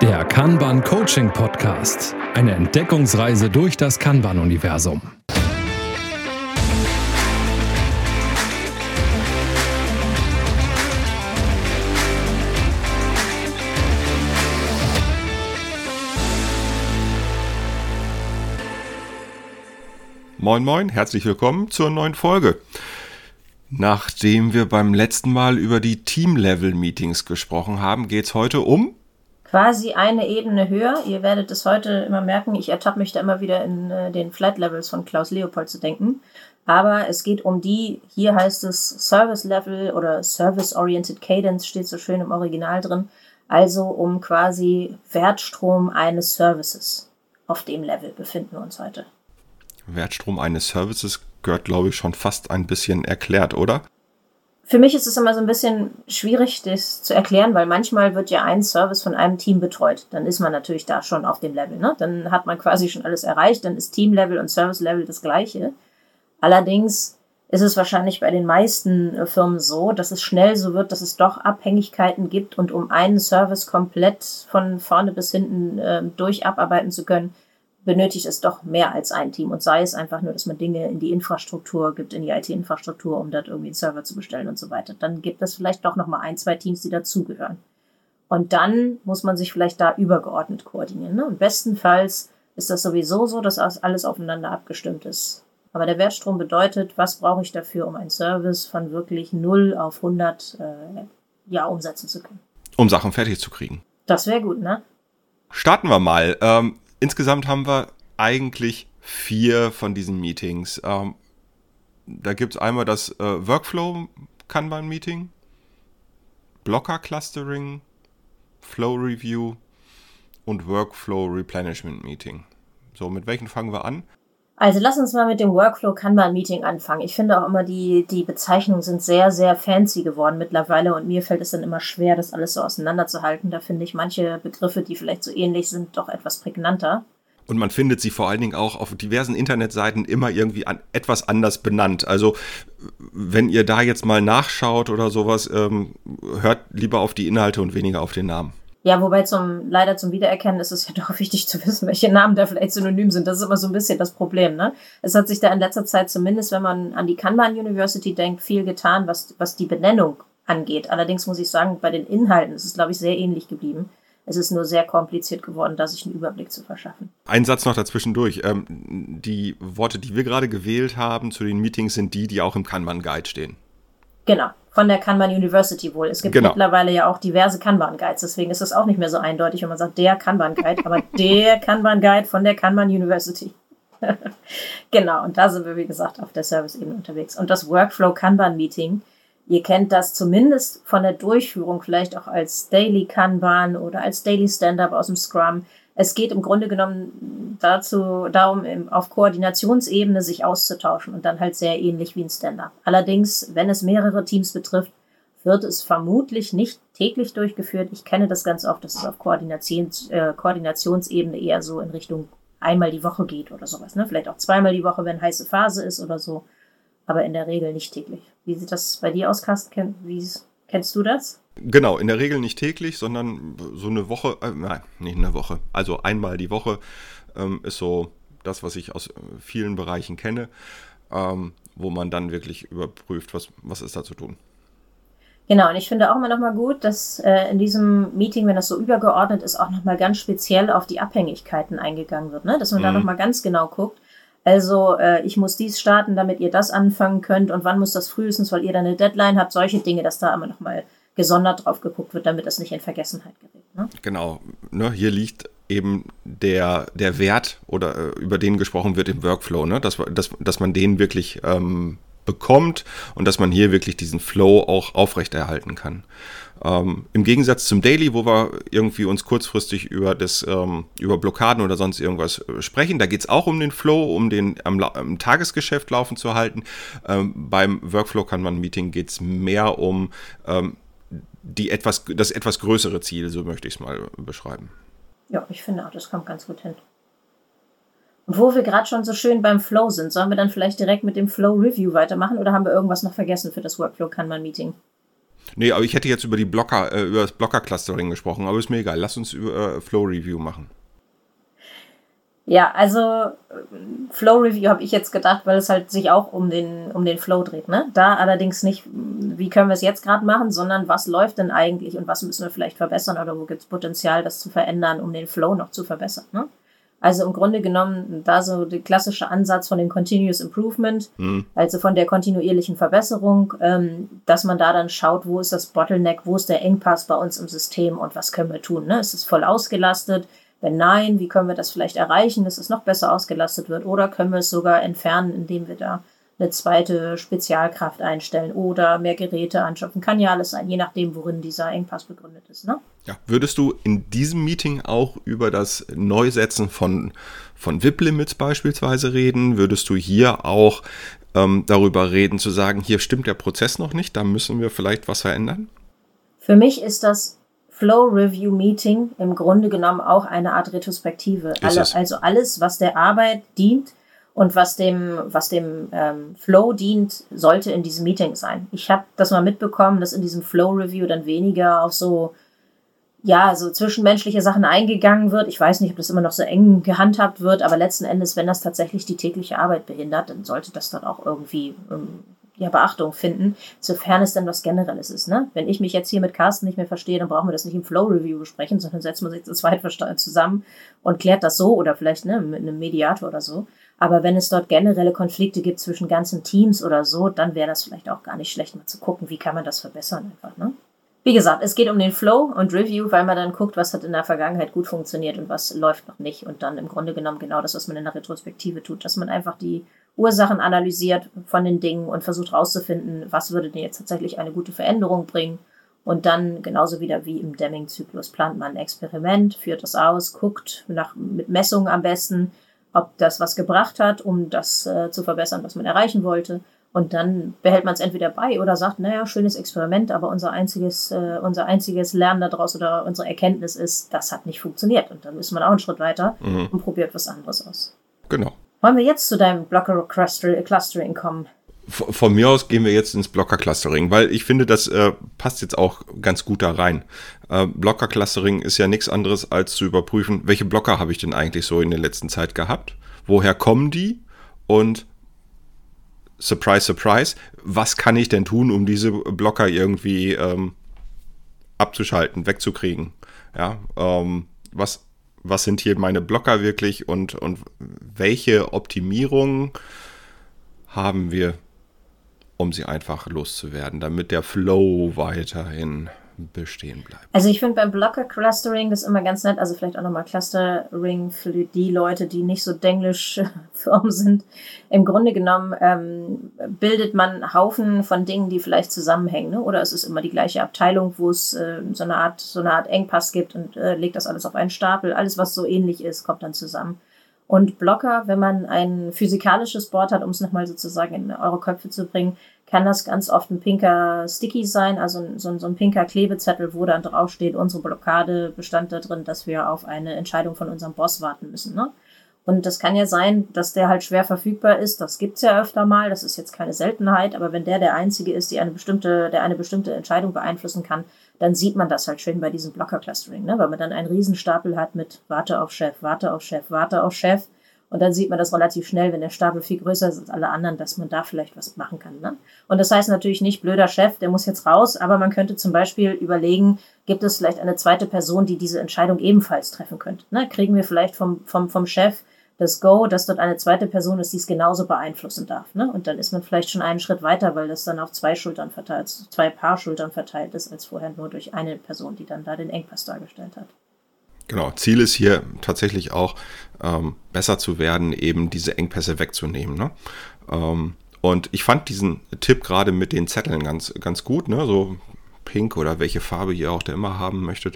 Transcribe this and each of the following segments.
Der Kanban Coaching Podcast. Eine Entdeckungsreise durch das Kanban-Universum. Moin moin, herzlich willkommen zur neuen Folge. Nachdem wir beim letzten Mal über die Team-Level-Meetings gesprochen haben, geht es heute um quasi eine Ebene höher. Ihr werdet es heute immer merken, ich ertappe mich da immer wieder in den Flat Levels von Klaus Leopold zu denken. Aber es geht um die, hier heißt es Service Level oder Service Oriented Cadence, steht so schön im Original drin. Also um quasi Wertstrom eines Services. Auf dem Level befinden wir uns heute. Wertstrom eines Services gehört, glaube ich, schon fast ein bisschen erklärt, oder? Für mich ist es immer so ein bisschen schwierig, das zu erklären, weil manchmal wird ja ein Service von einem Team betreut. Dann ist man natürlich da schon auf dem Level, ne? Dann hat man quasi schon alles erreicht, dann ist Team-Level und Service-Level das Gleiche. Allerdings ist es wahrscheinlich bei den meisten Firmen so, dass es schnell so wird, dass es doch Abhängigkeiten gibt und um einen Service komplett von vorne bis hinten durch abarbeiten zu können, benötigt es doch mehr als ein Team. Und sei es einfach nur, dass man Dinge in die Infrastruktur gibt, in die IT-Infrastruktur, um dort irgendwie einen Server zu bestellen und so weiter. Dann gibt es vielleicht doch nochmal ein, zwei Teams, die dazugehören. Und dann muss man sich vielleicht da übergeordnet koordinieren, ne? Und bestenfalls ist das sowieso so, dass alles aufeinander abgestimmt ist. Aber der Wertstrom bedeutet, was brauche ich dafür, um einen Service von wirklich 0 auf 100 umsetzen zu können. Um Sachen fertig zu kriegen. Das wäre gut, ne? Starten wir mal. Insgesamt haben wir eigentlich 4 von diesen Meetings. Da gibt es einmal das Workflow-Kanban-Meeting, Blocker-Clustering, Flow-Review und Workflow-Replenishment-Meeting. So, mit welchen fangen wir an? Also lass uns mal mit dem Workflow-Kanban-Meeting anfangen. Ich finde auch immer, die Bezeichnungen sind sehr, sehr fancy geworden mittlerweile und mir fällt es dann immer schwer, das alles so auseinanderzuhalten. Da finde ich manche Begriffe, die vielleicht so ähnlich sind, doch etwas prägnanter. Und man findet sie vor allen Dingen auch auf diversen Internetseiten immer irgendwie etwas anders benannt. Also wenn ihr da jetzt mal nachschaut oder sowas, hört lieber auf die Inhalte und weniger auf den Namen. Ja, wobei leider zum Wiedererkennen ist es ja doch wichtig zu wissen, welche Namen da vielleicht synonym sind. Das ist immer so ein bisschen das Problem, ne? Es hat sich da in letzter Zeit zumindest, wenn man an die Kanban University denkt, viel getan, was die Benennung angeht. Allerdings muss ich sagen, bei den Inhalten ist es, glaube ich, sehr ähnlich geblieben. Es ist nur sehr kompliziert geworden, da sich einen Überblick zu verschaffen. Ein Satz noch dazwischendurch. Die Worte, die wir gerade gewählt haben zu den Meetings, sind die auch im Kanban Guide stehen. Genau, von der Kanban University wohl. Es gibt mittlerweile ja auch diverse Kanban Guides, deswegen ist es auch nicht mehr so eindeutig, wenn man sagt, der Kanban Guide, aber der Kanban Guide von der Kanban University. Genau, und da sind wir, wie gesagt, auf der Service-Ebene unterwegs. Und das Workflow Kanban Meeting, ihr kennt das zumindest von der Durchführung, vielleicht auch als Daily Kanban oder als Daily Stand-Up aus dem Scrum. Es geht im Grunde genommen darum, auf Koordinationsebene sich auszutauschen und dann halt sehr ähnlich wie ein Stand-Up. Allerdings, wenn es mehrere Teams betrifft, wird es vermutlich nicht täglich durchgeführt. Ich kenne das ganz oft, dass es auf Koordinationsebene eher so in Richtung einmal die Woche geht oder sowas, ne? Vielleicht auch zweimal die Woche, wenn heiße Phase ist oder so, aber in der Regel nicht täglich. Wie sieht das bei dir aus, Carsten? Kennst du das? Genau, in der Regel nicht täglich, sondern so eine Woche, nein, nicht eine Woche, also einmal die Woche ist so das, was ich aus vielen Bereichen kenne, wo man dann wirklich überprüft, was ist da zu tun. Genau, und ich finde auch immer nochmal gut, dass in diesem Meeting, wenn das so übergeordnet ist, auch nochmal ganz speziell auf die Abhängigkeiten eingegangen wird, ne? Dass man da nochmal ganz genau guckt. Also ich muss dies starten, damit ihr das anfangen könnt und wann muss das frühestens, weil ihr dann eine Deadline habt, solche Dinge, dass da immer nochmal gesondert drauf geguckt wird, damit das nicht in Vergessenheit gerät. Ne? Genau, ne, hier liegt eben der Wert oder über den gesprochen wird im Workflow, ne? Dass man den wirklich bekommt und dass man hier wirklich diesen Flow auch aufrechterhalten kann. Im Gegensatz zum Daily, wo wir irgendwie uns kurzfristig über Blockaden oder sonst irgendwas sprechen, da geht es auch um den Flow, um den am Tagesgeschäft laufen zu halten. Beim Workflow-Kanban-Meeting geht es mehr um das etwas größere Ziel, so möchte ich es mal beschreiben. Ja, ich finde auch, das kommt ganz gut hin. Und wo wir gerade schon so schön beim Flow sind, sollen wir dann vielleicht direkt mit dem Flow Review weitermachen oder haben wir irgendwas noch vergessen für das Workflow Kanban Meeting? Nee, aber ich hätte jetzt über die Blocker, über das Blocker-Clustering gesprochen, aber ist mir egal. Lass uns über Flow-Review machen. Ja, also Flow Review habe ich jetzt gedacht, weil es halt sich auch um den Flow dreht, ne? Da allerdings nicht, wie können wir es jetzt gerade machen, sondern was läuft denn eigentlich und was müssen wir vielleicht verbessern oder wo gibt es Potenzial, das zu verändern, um den Flow noch zu verbessern, ne? Also im Grunde genommen da so der klassische Ansatz von dem Continuous Improvement, also von der kontinuierlichen Verbesserung, dass man da dann schaut, wo ist das Bottleneck, wo ist der Engpass bei uns im System und was können wir tun, ne? Ist es voll ausgelastet? Wenn nein, wie können wir das vielleicht erreichen, dass es noch besser ausgelastet wird? Oder können wir es sogar entfernen, indem wir da eine zweite Spezialkraft einstellen oder mehr Geräte anschaffen? Kann ja alles sein, je nachdem, worin dieser Engpass begründet ist, ne? Ja, würdest du in diesem Meeting auch über das Neusetzen von VIP-Limits beispielsweise reden? Würdest du hier auch darüber reden, zu sagen, hier stimmt der Prozess noch nicht, da müssen wir vielleicht was verändern? Für mich ist das Flow Review Meeting im Grunde genommen auch eine Art Retrospektive. Also alles, was der Arbeit dient und was dem Flow dient, sollte in diesem Meeting sein. Ich habe das mal mitbekommen, dass in diesem Flow Review dann weniger auf so zwischenmenschliche Sachen eingegangen wird. Ich weiß nicht, ob das immer noch so eng gehandhabt wird, aber letzten Endes, wenn das tatsächlich die tägliche Arbeit behindert, dann sollte das dann auch irgendwie Beachtung finden, sofern es denn was Generelles ist, ne? Wenn ich mich jetzt hier mit Carsten nicht mehr verstehe, dann brauchen wir das nicht im Flow-Review besprechen, sondern setzen wir sich zu zweit zusammen und klärt das so oder vielleicht mit einem Mediator oder so. Aber wenn es dort generelle Konflikte gibt zwischen ganzen Teams oder so, dann wäre das vielleicht auch gar nicht schlecht, mal zu gucken, wie kann man das verbessern einfach, ne? Wie gesagt, es geht um den Flow und Review, weil man dann guckt, was hat in der Vergangenheit gut funktioniert und was läuft noch nicht. Und dann im Grunde genommen genau das, was man in der Retrospektive tut, dass man einfach die Ursachen analysiert von den Dingen und versucht rauszufinden, was würde denn jetzt tatsächlich eine gute Veränderung bringen. Und dann, genauso wieder wie im Deming-Zyklus, plant man ein Experiment, führt das aus, guckt mit Messungen am besten, ob das was gebracht hat, um das zu verbessern, was man erreichen wollte. Und dann behält man es entweder bei oder sagt, naja, schönes Experiment, aber unser einziges Lernen daraus oder unsere Erkenntnis ist, das hat nicht funktioniert. Und dann ist man auch einen Schritt weiter und probiert was anderes aus. Genau. Wollen wir jetzt zu deinem Blocker-Clustering kommen? Von mir aus gehen wir jetzt ins Blocker-Clustering, weil ich finde, das passt jetzt auch ganz gut da rein. Blocker-Clustering ist ja nichts anderes, als zu überprüfen, welche Blocker habe ich denn eigentlich so in der letzten Zeit gehabt? Woher kommen die? Und Surprise, surprise, was kann ich denn tun, um diese Blocker irgendwie abzuschalten, wegzukriegen? Ja, was sind hier meine Blocker wirklich und welche Optimierungen haben wir, um sie einfach loszuwerden, damit der Flow weiterhin bestehen bleibt? Also ich finde beim Blocker-Clustering das immer ganz nett, also vielleicht auch nochmal Clustering für die Leute, die nicht so denglisch firm sind. Im Grunde genommen bildet man Haufen von Dingen, die vielleicht zusammenhängen, ne? Oder es ist immer die gleiche Abteilung, wo es so eine Art Engpass gibt und legt das alles auf einen Stapel. Alles, was so ähnlich ist, kommt dann zusammen. Und Blocker, wenn man ein physikalisches Board hat, um es nochmal sozusagen in eure Köpfe zu bringen, kann das ganz oft ein pinker Sticky sein, also so ein pinker Klebezettel, wo dann draufsteht, unsere Blockade bestand da drin, dass wir auf eine Entscheidung von unserem Boss warten müssen, ne? Und das kann ja sein, dass der halt schwer verfügbar ist, das gibt's ja öfter mal, das ist jetzt keine Seltenheit, aber wenn der Einzige ist, der eine bestimmte Entscheidung beeinflussen kann, dann sieht man das halt schön bei diesem Blocker-Clustering, ne? Weil man dann einen Riesenstapel hat mit Warte auf Chef, Warte auf Chef, Warte auf Chef. Und dann sieht man das relativ schnell, wenn der Stapel viel größer ist als alle anderen, dass man da vielleicht was machen kann, ne? Und das heißt natürlich nicht, blöder Chef, der muss jetzt raus, aber man könnte zum Beispiel überlegen, gibt es vielleicht eine zweite Person, die diese Entscheidung ebenfalls treffen könnte, ne? Kriegen wir vielleicht vom Chef das Go, dass dort eine zweite Person ist, die es genauso beeinflussen darf, ne? Und dann ist man vielleicht schon einen Schritt weiter, weil das dann auf zwei Paar Schultern verteilt ist, als vorher nur durch eine Person, die dann da den Engpass dargestellt hat. Genau, Ziel ist hier tatsächlich auch, besser zu werden, eben diese Engpässe wegzunehmen, ne? Und ich fand diesen Tipp gerade mit den Zetteln ganz, ganz gut, ne? So pink oder welche Farbe ihr auch da immer haben möchtet,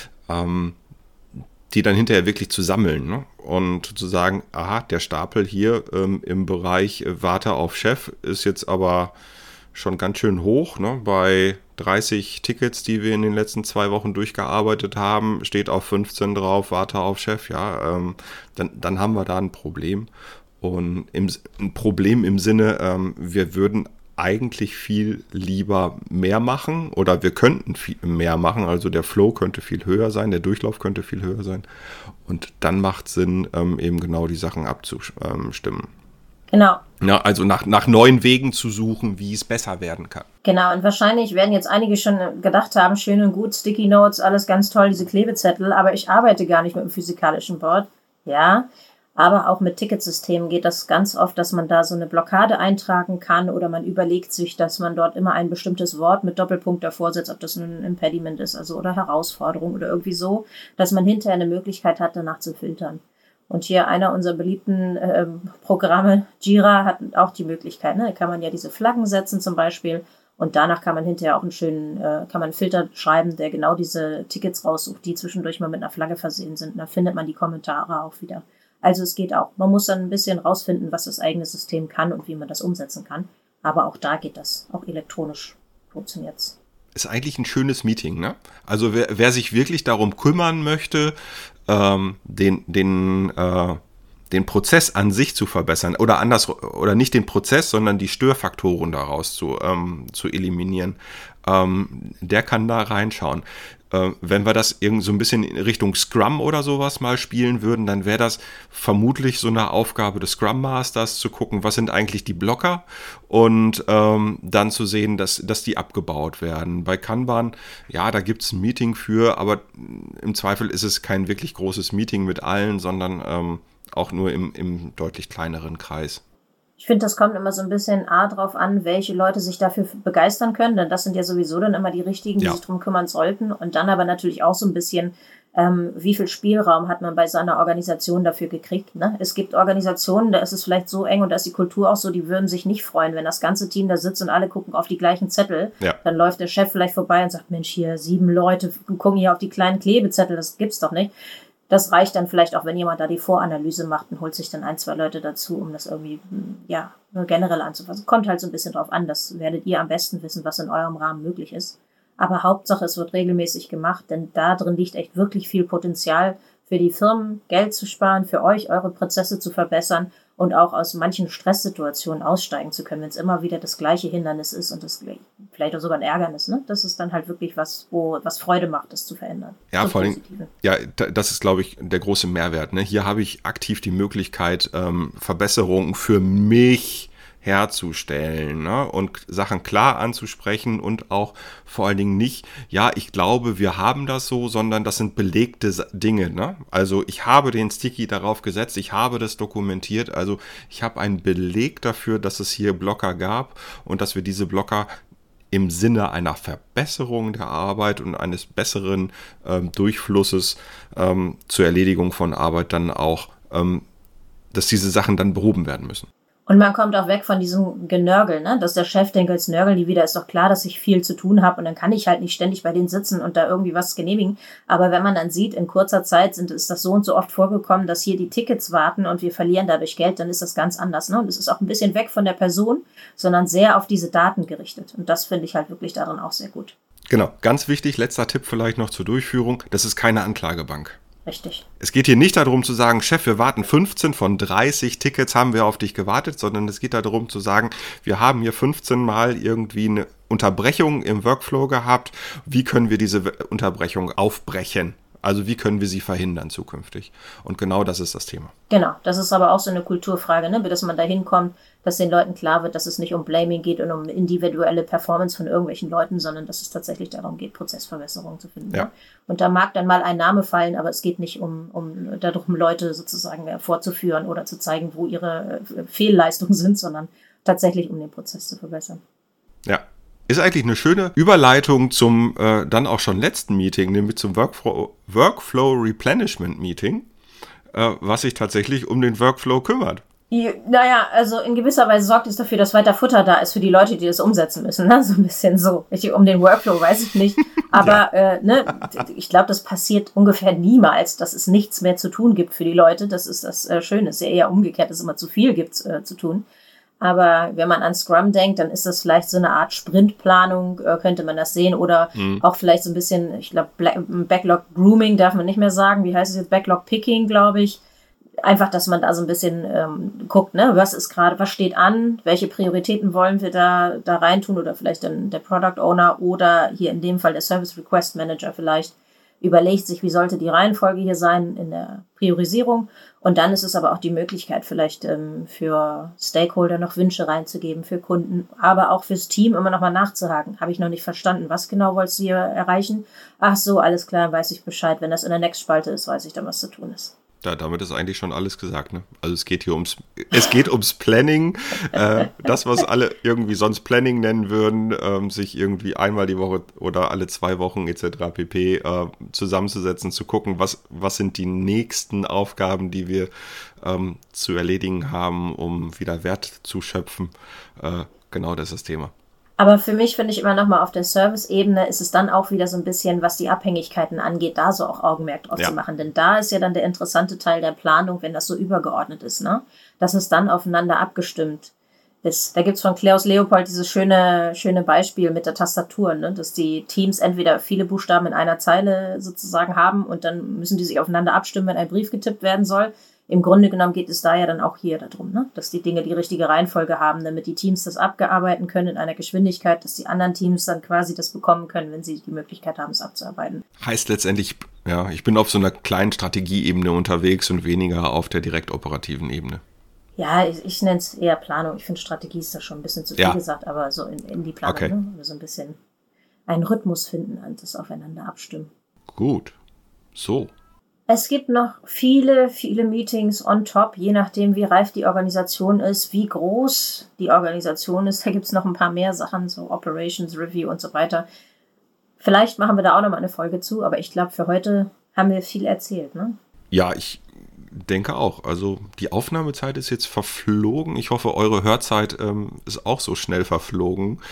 die dann hinterher wirklich zu sammeln, ne? Und zu sagen, aha, der Stapel hier im Bereich Warte auf Chef ist jetzt aber schon ganz schön hoch, ne? Bei 30 Tickets, die wir in den letzten 2 Wochen durchgearbeitet haben, steht auf 15 drauf, Warte auf Chef, ja, dann haben wir da ein Problem. Und ein Problem im Sinne, wir würden eigentlich viel lieber mehr machen oder wir könnten viel mehr machen. Also der Flow könnte viel höher sein, der Durchlauf könnte viel höher sein. Und dann macht es Sinn, eben genau die Sachen abzustimmen. Genau. Ja, also nach neuen Wegen zu suchen, wie es besser werden kann. Genau, und wahrscheinlich werden jetzt einige schon gedacht haben, schön und gut, Sticky Notes, alles ganz toll, diese Klebezettel, aber ich arbeite gar nicht mit dem physikalischen Board. Ja, aber auch mit Ticketsystemen geht das ganz oft, dass man da so eine Blockade eintragen kann oder man überlegt sich, dass man dort immer ein bestimmtes Wort mit Doppelpunkt davor setzt, ob das ein Impediment ist, also oder Herausforderung oder irgendwie so, dass man hinterher eine Möglichkeit hat, danach zu filtern. Und hier einer unserer beliebten Programme, Jira, hat auch die Möglichkeit, ne? Da kann man ja diese Flaggen setzen zum Beispiel und danach kann man hinterher auch kann man einen Filter schreiben, der genau diese Tickets raussucht, die zwischendurch mal mit einer Flagge versehen sind. Und dann findet man die Kommentare auch wieder. Also es geht auch. Man muss dann ein bisschen rausfinden, was das eigene System kann und wie man das umsetzen kann. Aber auch da geht das. Auch elektronisch funktioniert's. Ist eigentlich ein schönes Meeting, ne? Also wer sich wirklich darum kümmern möchte, den Prozess an sich zu verbessern oder nicht den Prozess, sondern die Störfaktoren daraus zu eliminieren, der kann da reinschauen. Wenn wir das irgend so ein bisschen in Richtung Scrum oder sowas mal spielen würden, dann wäre das vermutlich so eine Aufgabe des Scrum Masters, zu gucken, was sind eigentlich die Blocker und dann zu sehen, dass die abgebaut werden. Bei Kanban, ja, da gibt es ein Meeting für, aber im Zweifel ist es kein wirklich großes Meeting mit allen, sondern auch nur im deutlich kleineren Kreis. Ich finde, das kommt immer so ein bisschen drauf an, welche Leute sich dafür begeistern können, denn das sind ja sowieso dann immer die Richtigen, die sich drum kümmern sollten. Und dann aber natürlich auch so ein bisschen, wie viel Spielraum hat man bei seiner Organisation dafür gekriegt, ne? Es gibt Organisationen, da ist es vielleicht so eng und da ist die Kultur auch so, die würden sich nicht freuen, wenn das ganze Team da sitzt und alle gucken auf die gleichen Zettel. Ja. Dann läuft der Chef vielleicht vorbei und sagt, Mensch, hier 7 Leute gucken hier auf die kleinen Klebezettel, das gibt's doch nicht. Das reicht dann vielleicht auch, wenn jemand da die Voranalyse macht und holt sich dann 1, 2 Leute dazu, um das irgendwie, ja, generell anzufassen. Kommt halt so ein bisschen drauf an, das werdet ihr am besten wissen, was in eurem Rahmen möglich ist. Aber Hauptsache, es wird regelmäßig gemacht, denn da drin liegt echt wirklich viel Potenzial für die Firmen, Geld zu sparen, für euch, eure Prozesse zu verbessern und auch aus manchen Stresssituationen aussteigen zu können, wenn es immer wieder das gleiche Hindernis ist und das vielleicht auch sogar ein Ärgernis, ne? Das ist dann halt wirklich was Freude macht, das zu verändern. Ja, vor allem, ja, das ist, glaube ich, der große Mehrwert, ne? Hier habe ich aktiv die Möglichkeit, Verbesserungen für mich herzustellen, ne? Und Sachen klar anzusprechen und auch vor allen Dingen nicht, ja, ich glaube, wir haben das so, sondern das sind belegte Dinge, ne? Also ich habe den Sticky darauf gesetzt, ich habe das dokumentiert, also ich habe einen Beleg dafür, dass es hier Blocker gab und dass wir diese Blocker im Sinne einer Verbesserung der Arbeit und eines besseren Durchflusses zur Erledigung von Arbeit dann auch, dass diese Sachen dann behoben werden müssen. Und man kommt auch weg von diesem Genörgel, ne? Dass der Chef denkt, jetzt nörgeln die wieder, ist doch klar, dass ich viel zu tun habe und dann kann ich halt nicht ständig bei denen sitzen und da irgendwie was genehmigen. Aber wenn man dann sieht, in kurzer Zeit ist das so und so oft vorgekommen, dass hier die Tickets warten und wir verlieren dadurch Geld, dann ist das ganz anders, ne? Und es ist auch ein bisschen weg von der Person, sondern sehr auf diese Daten gerichtet. Und das finde ich halt wirklich darin auch sehr gut. Genau, ganz wichtig, letzter Tipp vielleicht noch zur Durchführung, das ist keine Anklagebank. Richtig. Es geht hier nicht darum zu sagen, Chef, wir warten 15 von 30 Tickets, haben wir auf dich gewartet, sondern es geht darum zu sagen, wir haben hier 15 Mal irgendwie eine Unterbrechung im Workflow gehabt. Wie können wir diese Unterbrechung aufbrechen? Also wie können wir sie verhindern zukünftig? Und genau das ist das Thema. Genau, das ist aber auch so eine Kulturfrage, ne? Dass man da hinkommt, dass den Leuten klar wird, dass es nicht um Blaming geht und um individuelle Performance von irgendwelchen Leuten, sondern dass es tatsächlich darum geht, Prozessverbesserungen zu finden. Ja. Ne? Und da mag dann mal ein Name fallen, aber es geht nicht darum, Leute sozusagen vorzuführen oder zu zeigen, wo ihre Fehlleistungen sind, sondern tatsächlich um den Prozess zu verbessern. Ja. Ist eigentlich eine schöne Überleitung zum dann auch schon letzten Meeting, nämlich zum Workflow Replenishment Meeting, was sich tatsächlich um den Workflow kümmert. Naja, also in gewisser Weise sorgt es dafür, dass weiter Futter da ist für die Leute, die das umsetzen müssen. Ne? So ein bisschen so. Um den Workflow weiß ich nicht. Aber ja. Ich glaube, das passiert ungefähr niemals, dass es nichts mehr zu tun gibt für die Leute. Das ist das Schöne. Es ist ja eher umgekehrt, dass es immer zu viel gibt zu tun. Aber wenn man an Scrum denkt, dann ist das vielleicht so eine Art Sprintplanung, könnte man das sehen. Oder auch vielleicht so ein bisschen, ich glaube, Backlog Grooming darf man nicht mehr sagen. Wie heißt es jetzt? Backlog Picking, glaube ich. Einfach, dass man da so ein bisschen guckt, ne, was steht an, welche Prioritäten wollen wir da reintun oder vielleicht dann der Product Owner oder hier in dem Fall der Service Request Manager vielleicht überlegt sich, wie sollte die Reihenfolge hier sein in der Priorisierung. Und dann ist es aber auch die Möglichkeit, vielleicht für Stakeholder noch Wünsche reinzugeben, für Kunden, aber auch fürs Team immer nochmal nachzuhaken. Habe ich noch nicht verstanden, was genau wolltest du hier erreichen? Ach so, alles klar, weiß ich Bescheid. Wenn das in der Next-Spalte ist, weiß ich dann, was zu tun ist. Ja, damit ist eigentlich schon alles gesagt, ne? Also es geht ums Planning, das, was alle irgendwie sonst Planning nennen würden, sich irgendwie einmal die Woche oder alle 2 Wochen etc. pp. Zusammenzusetzen, zu gucken, was sind die nächsten Aufgaben, die wir zu erledigen haben, um wieder Wert zu schöpfen. Genau das ist das Thema. Aber für mich finde ich immer nochmal auf der Service-Ebene ist es dann auch wieder so ein bisschen, was die Abhängigkeiten angeht, da so auch Augenmerk drauf zu machen. Denn da ist ja dann der interessante Teil der Planung, wenn das so übergeordnet ist, ne? Dass es dann aufeinander abgestimmt ist. Da gibt's von Klaus Leopold dieses schöne Beispiel mit der Tastatur, ne? Dass die Teams entweder viele Buchstaben in einer Zeile sozusagen haben und dann müssen die sich aufeinander abstimmen, wenn ein Brief getippt werden soll. Im Grunde genommen geht es da ja dann auch hier darum, ne? Dass die Dinge die richtige Reihenfolge haben, damit die Teams das abgearbeiten können in einer Geschwindigkeit, dass die anderen Teams dann quasi das bekommen können, wenn sie die Möglichkeit haben, es abzuarbeiten. Heißt letztendlich, ja, ich bin auf so einer kleinen Strategieebene unterwegs und weniger auf der direkt operativen Ebene. Ja, ich nenne es eher Planung. Ich finde, Strategie ist da schon ein bisschen zu viel gesagt, aber so in die Planung, ne? Also so ein bisschen einen Rhythmus finden und das aufeinander abstimmen. Gut, so. Es gibt noch viele, viele Meetings on top, je nachdem, wie reif die Organisation ist, wie groß die Organisation ist. Da gibt es noch ein paar mehr Sachen, so Operations Review und so weiter. Vielleicht machen wir da auch noch mal eine Folge zu, aber ich glaube, für heute haben wir viel erzählt, ne? Ja, ich denke auch. Also die Aufnahmezeit ist jetzt verflogen. Ich hoffe, eure Hörzeit ist auch so schnell verflogen.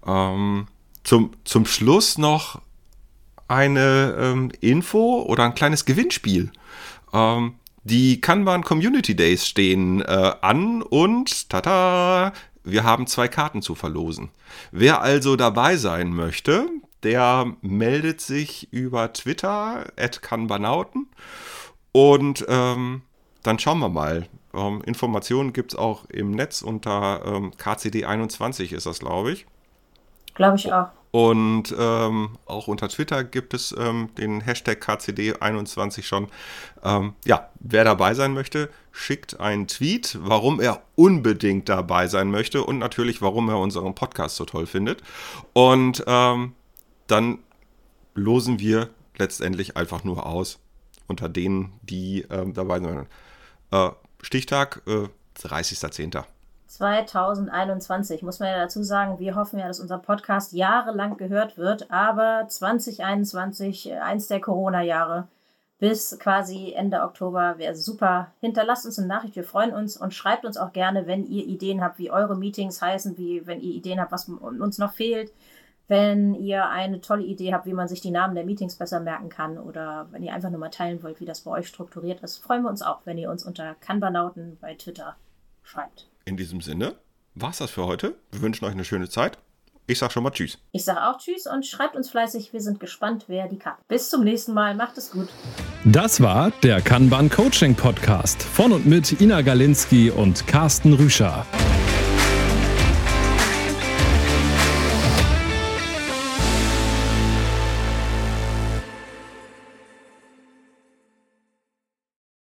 Zum Schluss noch eine Info oder ein kleines Gewinnspiel. Die Kanban Community Days stehen an und tada, wir haben 2 Karten zu verlosen. Wer also dabei sein möchte, der meldet sich über Twitter @kanbanauten und dann schauen wir mal. Informationen gibt es auch im Netz unter KCD21 ist das, glaube ich. Glaube ich auch. Und auch unter Twitter gibt es den Hashtag KCD21 schon. Wer dabei sein möchte, schickt einen Tweet, warum er unbedingt dabei sein möchte und natürlich, warum er unseren Podcast so toll findet. Und dann losen wir letztendlich einfach nur aus unter denen, die dabei sind. Stichtag 30.10. 2021, muss man ja dazu sagen, wir hoffen ja, dass unser Podcast jahrelang gehört wird, aber 2021, eins der Corona-Jahre, bis quasi Ende Oktober, wäre super. Hinterlasst uns eine Nachricht, wir freuen uns und schreibt uns auch gerne, wenn ihr Ideen habt, wie eure Meetings heißen, wenn ihr Ideen habt, was uns noch fehlt, wenn ihr eine tolle Idee habt, wie man sich die Namen der Meetings besser merken kann oder wenn ihr einfach nur mal teilen wollt, wie das bei euch strukturiert ist, freuen wir uns auch, wenn ihr uns unter Kanbanauten bei Twitter schreibt. In diesem Sinne, war's das für heute. Wir wünschen euch eine schöne Zeit. Ich sag schon mal Tschüss. Ich sag auch Tschüss und schreibt uns fleißig. Wir sind gespannt, wer die Karte. Bis zum nächsten Mal. Macht es gut. Das war der Kanban Coaching Podcast von und mit Ina Galinski und Carsten Rüscher.